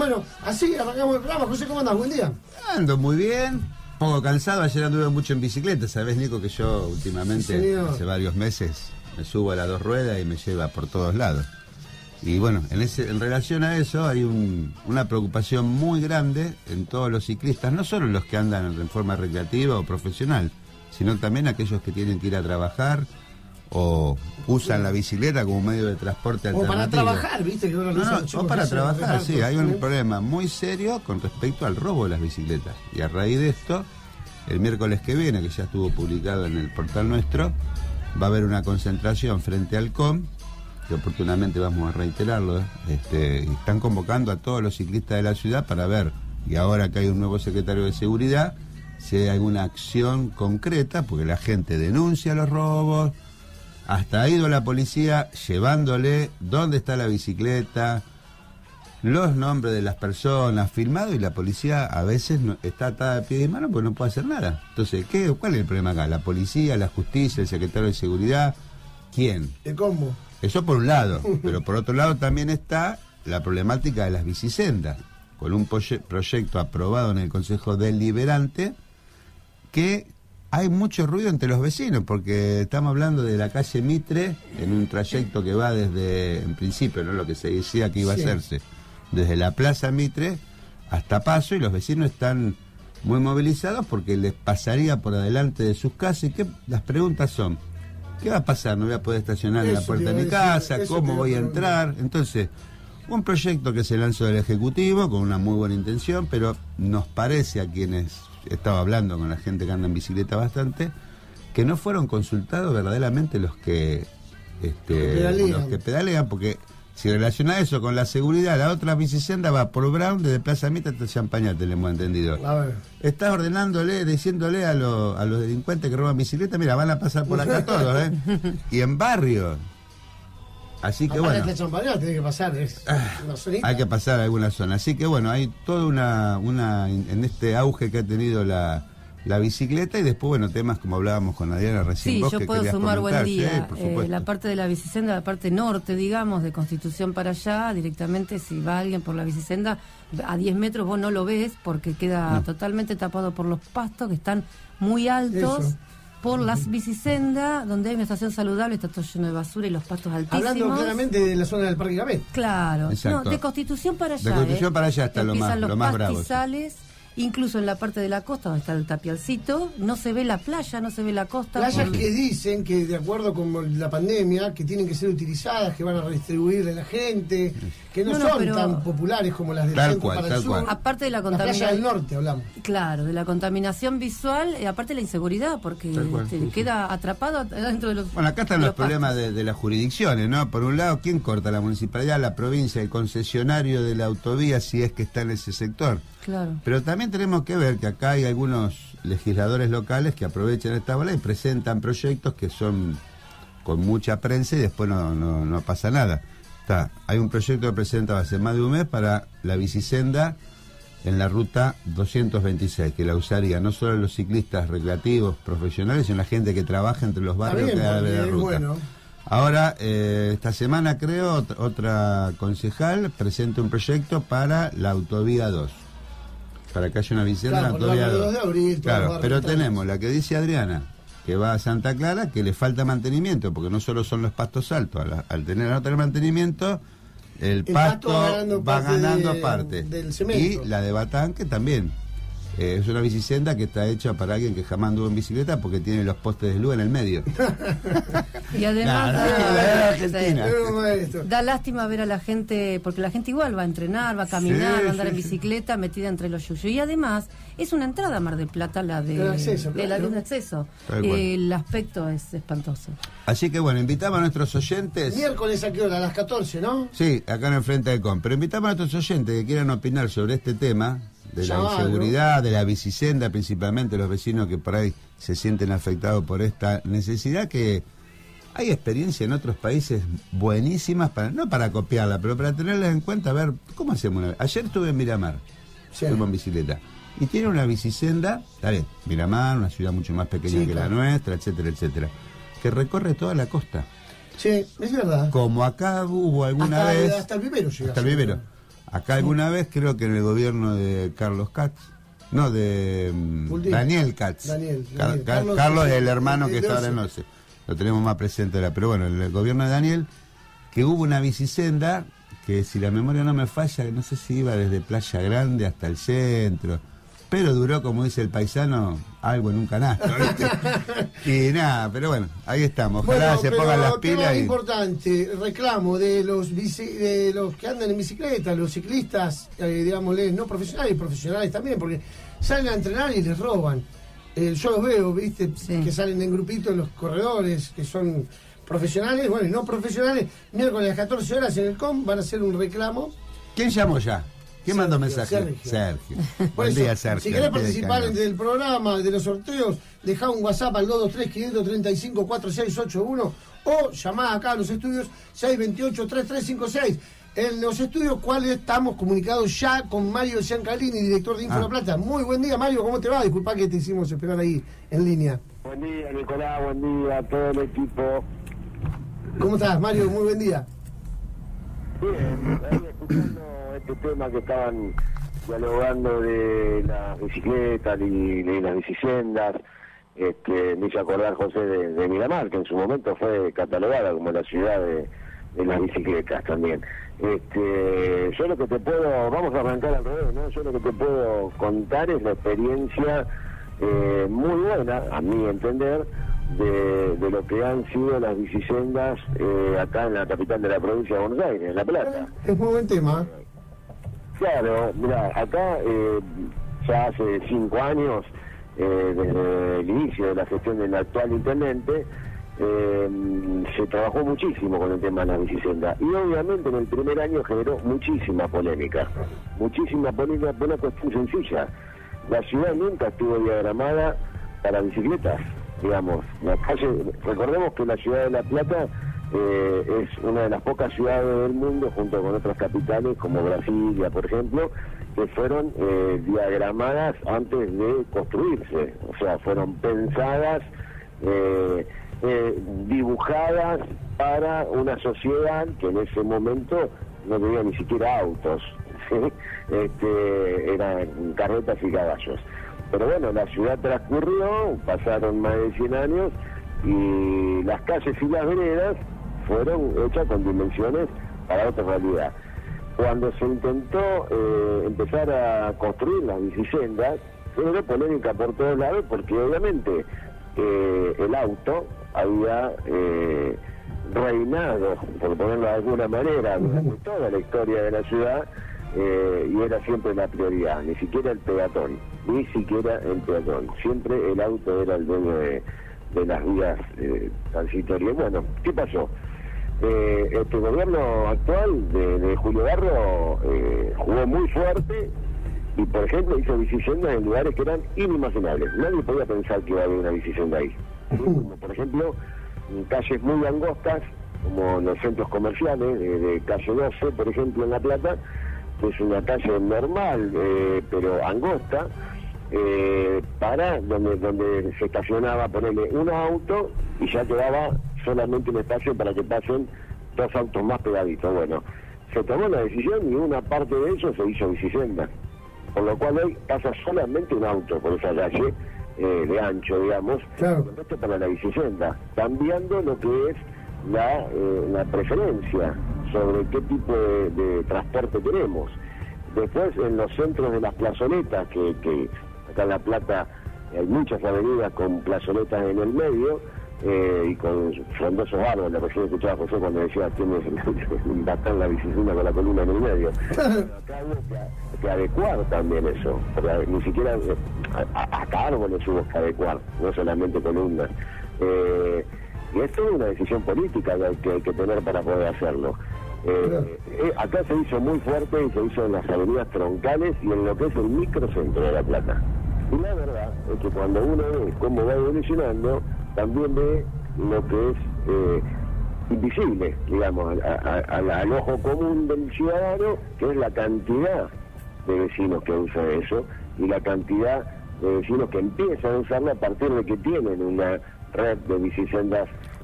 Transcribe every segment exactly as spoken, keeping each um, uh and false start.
Bueno, así arrancamos el programa. José, ¿cómo andás? Buen día. Ando muy bien, un poco cansado. Ayer anduve mucho en bicicleta. Sabés, Nico, que yo últimamente, sí, hace varios meses, me subo a las dos ruedas y me lleva por todos lados. Y bueno, en, ese, en relación a eso hay un, una preocupación muy grande en todos los ciclistas, no solo los que andan en forma recreativa o profesional, sino también aquellos que tienen que ir a trabajar o usan la bicicleta como medio de transporte alternativo. O para trabajar, ¿viste? Que no, no, no, o para trabajar, sí. Hay un problema muy serio con respecto al robo de las bicicletas. Y a raíz de esto, el miércoles que viene, que ya estuvo publicado en el portal nuestro, va a haber una concentración frente al C O M, que oportunamente vamos a reiterarlo. Este, están convocando a todos los ciclistas de la ciudad para ver, y ahora que hay un nuevo secretario de Seguridad, si hay alguna acción concreta, porque la gente denuncia los robos. Hasta ha ido la policía llevándole dónde está la bicicleta, los nombres de las personas, filmado, y la policía a veces no, está atada de pie y mano porque no puede hacer nada. Entonces, ¿qué, ¿cuál es el problema acá? ¿La policía, la justicia, el secretario de Seguridad? ¿Quién? ¿De cómo? Eso por un lado, pero por otro lado también está la problemática de las bicisendas, con un proyecto aprobado en el Consejo Deliberante, que hay mucho ruido entre los vecinos, porque estamos hablando de la calle Mitre, en un trayecto que va desde, en principio, no lo que se decía que iba sí. a hacerse, desde la Plaza Mitre hasta Paso, y los vecinos están muy movilizados porque les pasaría por adelante de sus casas. Y que las preguntas son: ¿qué va a pasar? ¿No voy a poder estacionar en la puerta de mi casa? ¿Cómo voy a entrar? Entonces, un proyecto que se lanzó del Ejecutivo con una muy buena intención, pero nos parece, a quienes estaba hablando con la gente que anda en bicicleta bastante, que no fueron consultados verdaderamente los que este, pedalean. los que pedalean, porque si relaciona eso con la seguridad, la otra bicisenda va por Brown desde Plaza Mitre hasta Champaña, tenemos entendido. A ver. Estás ordenándole, diciéndole a, lo, a los delincuentes que roban bicicleta: mira, van a pasar por acá todos, ¿eh? Y en barrio. Así que bueno, de Champaña tiene que pasar, es una zonita. Hay que pasar a alguna zona. Así que bueno, hay toda una, una en este auge que ha tenido la, la bicicleta, y después, bueno, temas como hablábamos con Adriana recién. Sí, vos, yo que puedo sumar comentar. Buen día. Sí, eh, la parte de la bicicenda, la parte norte, digamos, de Constitución para allá, directamente, si va alguien por la bicicenda, a diez metros vos no lo ves porque queda no. totalmente tapado por los pastos, que están muy altos. Eso. Por las bicisendas, donde hay una estación saludable, está todo lleno de basura y los pastos altísimos. Hablando claramente de la zona del Parque Gamét. Claro. Exacto. No, de Constitución para allá. De Constitución ¿eh? para allá está lo más, lo más bravo. Pastizales, incluso en la parte de la costa, donde está el tapialcito, no se ve la playa, no se ve la costa. Playas por... que dicen que, de acuerdo con la pandemia, que tienen que ser utilizadas, que van a redistribuirle a la gente, que no, no, no son pero... tan populares como las del tal centro cual, para el sur. Cual. Aparte de la contaminación. La playa del norte, hablamos. Claro, de la contaminación visual, eh, aparte de la inseguridad, porque cual, te sí, queda sí. atrapado dentro de los. Bueno, acá están los, los problemas de, de las jurisdicciones, ¿no? Por un lado, ¿quién corta? La municipalidad, la provincia, el concesionario de la autovía, si es que está en ese sector. Claro. Pero también tenemos que ver que acá hay algunos legisladores locales que aprovechan esta bola y presentan proyectos que son con mucha prensa y después no, no, no pasa nada. Está, hay un proyecto que presentaba hace más de un mes para la bicisenda en la ruta doscientos veintiséis, que la usaría no solo los ciclistas recreativos, profesionales, sino la gente que trabaja entre los barrios bien, que da la ruta. Bueno. Ahora, eh, esta semana creo, otra, otra concejal presenta un proyecto para la autovía dos. Para que haya una bicicleta claro, en la autovía dos. De abril, claro, pero tenemos la que dice Adriana, que va a Santa Clara, que le falta mantenimiento, porque no solo son los pastos altos, al, al tener no tener mantenimiento, el, el pasto, pasto va ganando va parte, ganando de, parte. Del cemento. Y la de Batán, que también eh, es una bicisenda que está hecha para alguien que jamás anduvo en bicicleta porque tiene los postes de luz en el medio. Y además no, no, da, da, da lástima ver a la gente, porque la gente igual va a entrenar, va a caminar, sí, va a andar sí, en bicicleta, sí. metida entre los yuyos. Y además es una entrada a Mar del Plata, la de, acceso, de la claro. de acceso. Eh, el aspecto es espantoso. Así que bueno, invitamos a nuestros oyentes. Miércoles a qué hora, a las catorce, ¿no? Sí, acá en el frente del C O M. Pero invitamos a nuestros oyentes que quieran opinar sobre este tema de la inseguridad, de la bicisenda, principalmente los vecinos que por ahí se sienten afectados por esta necesidad, que hay experiencia en otros países buenísimas, para no para copiarla, pero para tenerlas en cuenta, a ver, ¿cómo hacemos una vez? Ayer estuve en Miramar, sí. estuve en bicicleta, y tiene una bicisenda, ¿sabes? Miramar, una ciudad mucho más pequeña sí, que claro. la nuestra, etcétera, etcétera, que recorre toda la costa. Sí, es verdad. Como acá hubo alguna hasta vez... La, hasta el vivero llega. Hasta el vivero. Acá alguna vez, creo que en el gobierno de Carlos Katz, no, de um, Daniel Katz. Daniel, Car Daniel. Car Carlos, Carlos es el el, hermano el, que el está ahora en Oce. Lo tenemos más presente ahora. Pero bueno, en el gobierno de Daniel, que hubo una bicisenda, que si la memoria no me falla, no sé si iba desde Playa Grande hasta el centro, pero duró, como dice el paisano, algo en un canasto, ¿viste? Y nada, pero bueno, ahí estamos. Ojalá bueno, se pongan las tema pilas. Y... importante, reclamo de los bici, de los que andan en bicicleta, los ciclistas, eh, digámosle, no profesionales y profesionales también, porque salen a entrenar y les roban. Eh, yo los veo, ¿viste? Sí. Que salen en grupitos en los corredores, que son profesionales, bueno, y no profesionales. Miércoles a las catorce horas en el C O M van a hacer un reclamo. ¿Quién llamó ya? ¿Quién mandó mensaje? Sergio. Sergio. Buen eso, día, Sergio. Si querés participar en el programa, de los sorteos, dejá un WhatsApp al dos dos tres, cinco tres cinco, cuatro seis ocho uno o llamá acá a los estudios seis dos ocho, tres tres cinco seis. En los estudios, ¿cuáles estamos comunicados ya con Mario Giancalini, director de Info ah. La Plata? Muy buen día, Mario, ¿cómo te va? Disculpa que te hicimos esperar ahí en línea. Buen día, Nicolás, buen día a todo el equipo. ¿Cómo estás, Mario? Muy buen día. Bien, ahí escuchando este tema que estaban dialogando de las bicicletas y de las bicisendas, este, me hizo acordar, José, de, de Miramar, que en su momento fue catalogada como la ciudad de, de las bicicletas también. Este, yo lo que te puedo, vamos a arrancar al revés, ¿no? Yo lo que te puedo contar es la experiencia eh, muy buena, a mi entender, de, de lo que han sido las bicisendas eh, acá en la capital de la provincia de Buenos Aires, en La Plata. Es muy buen tema. Claro, mira, acá eh, ya hace cinco años, eh, desde el inicio de la gestión del actual intendente, eh, se trabajó muchísimo con el tema de las bicisendas. Y obviamente en el primer año generó muchísima polémica. Muchísima polémica por una cuestión sencilla. La ciudad nunca estuvo diagramada para bicicletas, digamos. La calle, recordemos que la ciudad de La Plata Eh, es una de las pocas ciudades del mundo, junto con otras capitales como Brasilia, por ejemplo, que fueron eh, diagramadas antes de construirse, o sea, fueron pensadas, eh, eh, dibujadas para una sociedad que en ese momento no tenía ni siquiera autos, ¿sí? este, eran carretas y caballos. Pero bueno, la ciudad transcurrió, pasaron más de cien años, y las calles y las veredas fueron hechas con dimensiones para otra realidad. Cuando se intentó eh, empezar a construir las bicisendas, fue polémica por todos lados, porque obviamente eh, el auto había eh, reinado, por ponerlo de alguna manera, durante toda la historia de la ciudad, eh, y era siempre la prioridad, ni siquiera el peatón, ni siquiera el peatón, siempre el auto era el dueño de, de las vías eh, transitorias. Bueno, ¿qué pasó? Eh, este gobierno actual de, de Julio Barro eh, jugó muy fuerte y, por ejemplo, hizo bicisendas en lugares que eran inimaginables. Nadie podía pensar que iba a haber una bicisenda ahí. ¿Sí? Como, por ejemplo, en calles muy angostas, como en los centros comerciales, de, de calle doce, por ejemplo, en La Plata, que es una calle normal, eh, pero angosta, eh, para donde, donde se estacionaba, ponerle un auto y ya quedaba solamente un espacio para que pasen dos autos más pegaditos. Bueno, se tomó la decisión y una parte de eso se hizo bicisenda, por lo cual hoy pasa solamente un auto por esa calle eh, de ancho, digamos, claro. Y esto para la bicisenda, cambiando lo que es la, eh, la preferencia sobre qué tipo de, de transporte queremos. Después, en los centros de las plazoletas, que, que acá en La Plata hay muchas avenidas con plazoletas en el medio, Eh, y con frondosos árboles. Recién escuchaba a José cuando decía tienes bastante la bicicleta con la columna en el medio. Acá hubo que, que adecuar también eso, porque ni siquiera a, hasta árboles hubo que adecuar, no solamente columnas. Eh, y esto es una decisión política que hay que, hay que tener para poder hacerlo. Eh, eh, acá se hizo muy fuerte y se hizo en las avenidas troncales y en lo que es el microcentro de La Plata. Y la verdad es que cuando uno ve cómo va evolucionando, también ve lo que es eh, invisible, digamos, a, a, a, al ojo común del ciudadano, que es la cantidad de vecinos que usan eso y la cantidad de vecinos que empiezan a usarlo a partir de que tienen una red de bicisendas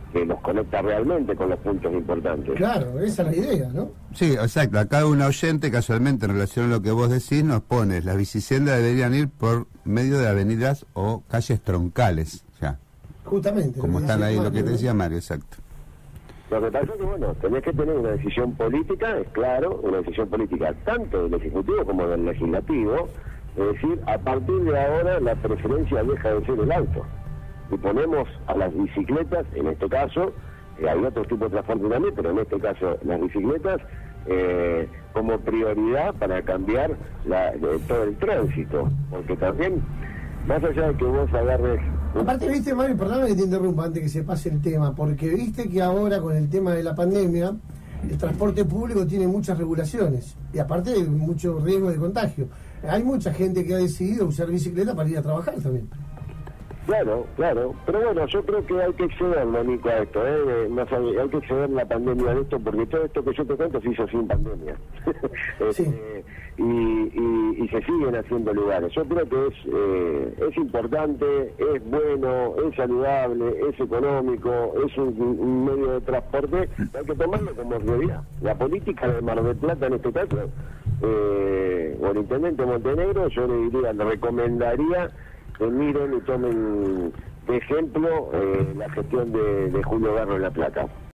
que los conecta realmente con los puntos importantes. Claro, esa es la idea, ¿no? Sí, exacto. Acá un oyente, casualmente, en relación a lo que vos decís, nos pone, las bicisendas deberían ir por medio de avenidas o calles troncales, ya. Justamente. Como están ahí, lo que te decía Mario, exacto. Lo que pasa es que, bueno, tenés que tener una decisión política, es claro, una decisión política tanto del Ejecutivo como del Legislativo, es decir, a partir de ahora la preferencia deja de ser el auto. Y ponemos a las bicicletas, en este caso, eh, hay otros tipos de transporte también, pero en este caso las bicicletas, eh, como prioridad para cambiar la, de, todo el tránsito. Porque también, más allá de que vos agarres... Aparte, viste, Mario, perdóname que te interrumpa antes que se pase el tema, porque viste que ahora con el tema de la pandemia, el transporte público tiene muchas regulaciones y aparte hay mucho riesgo de contagio. Hay mucha gente que ha decidido usar bicicleta para ir a trabajar también. Claro, claro, pero bueno, yo creo que hay que excederlo, Nico, a esto, ¿eh? Más hay, hay que exceder la pandemia de esto, porque todo esto que yo te cuento se hizo sin pandemia. Sí. este, y, y, y se siguen haciendo lugares. Yo creo que es, eh, es importante, es bueno, es saludable, es económico, es un, un medio de transporte, hay que tomarlo como realidad. La política de Mar del Plata, en este caso, eh, o el intendente Montenegro, yo le diría, le recomendaría que miren y tomen de ejemplo eh, la gestión de, de Julio Garro en La Plata.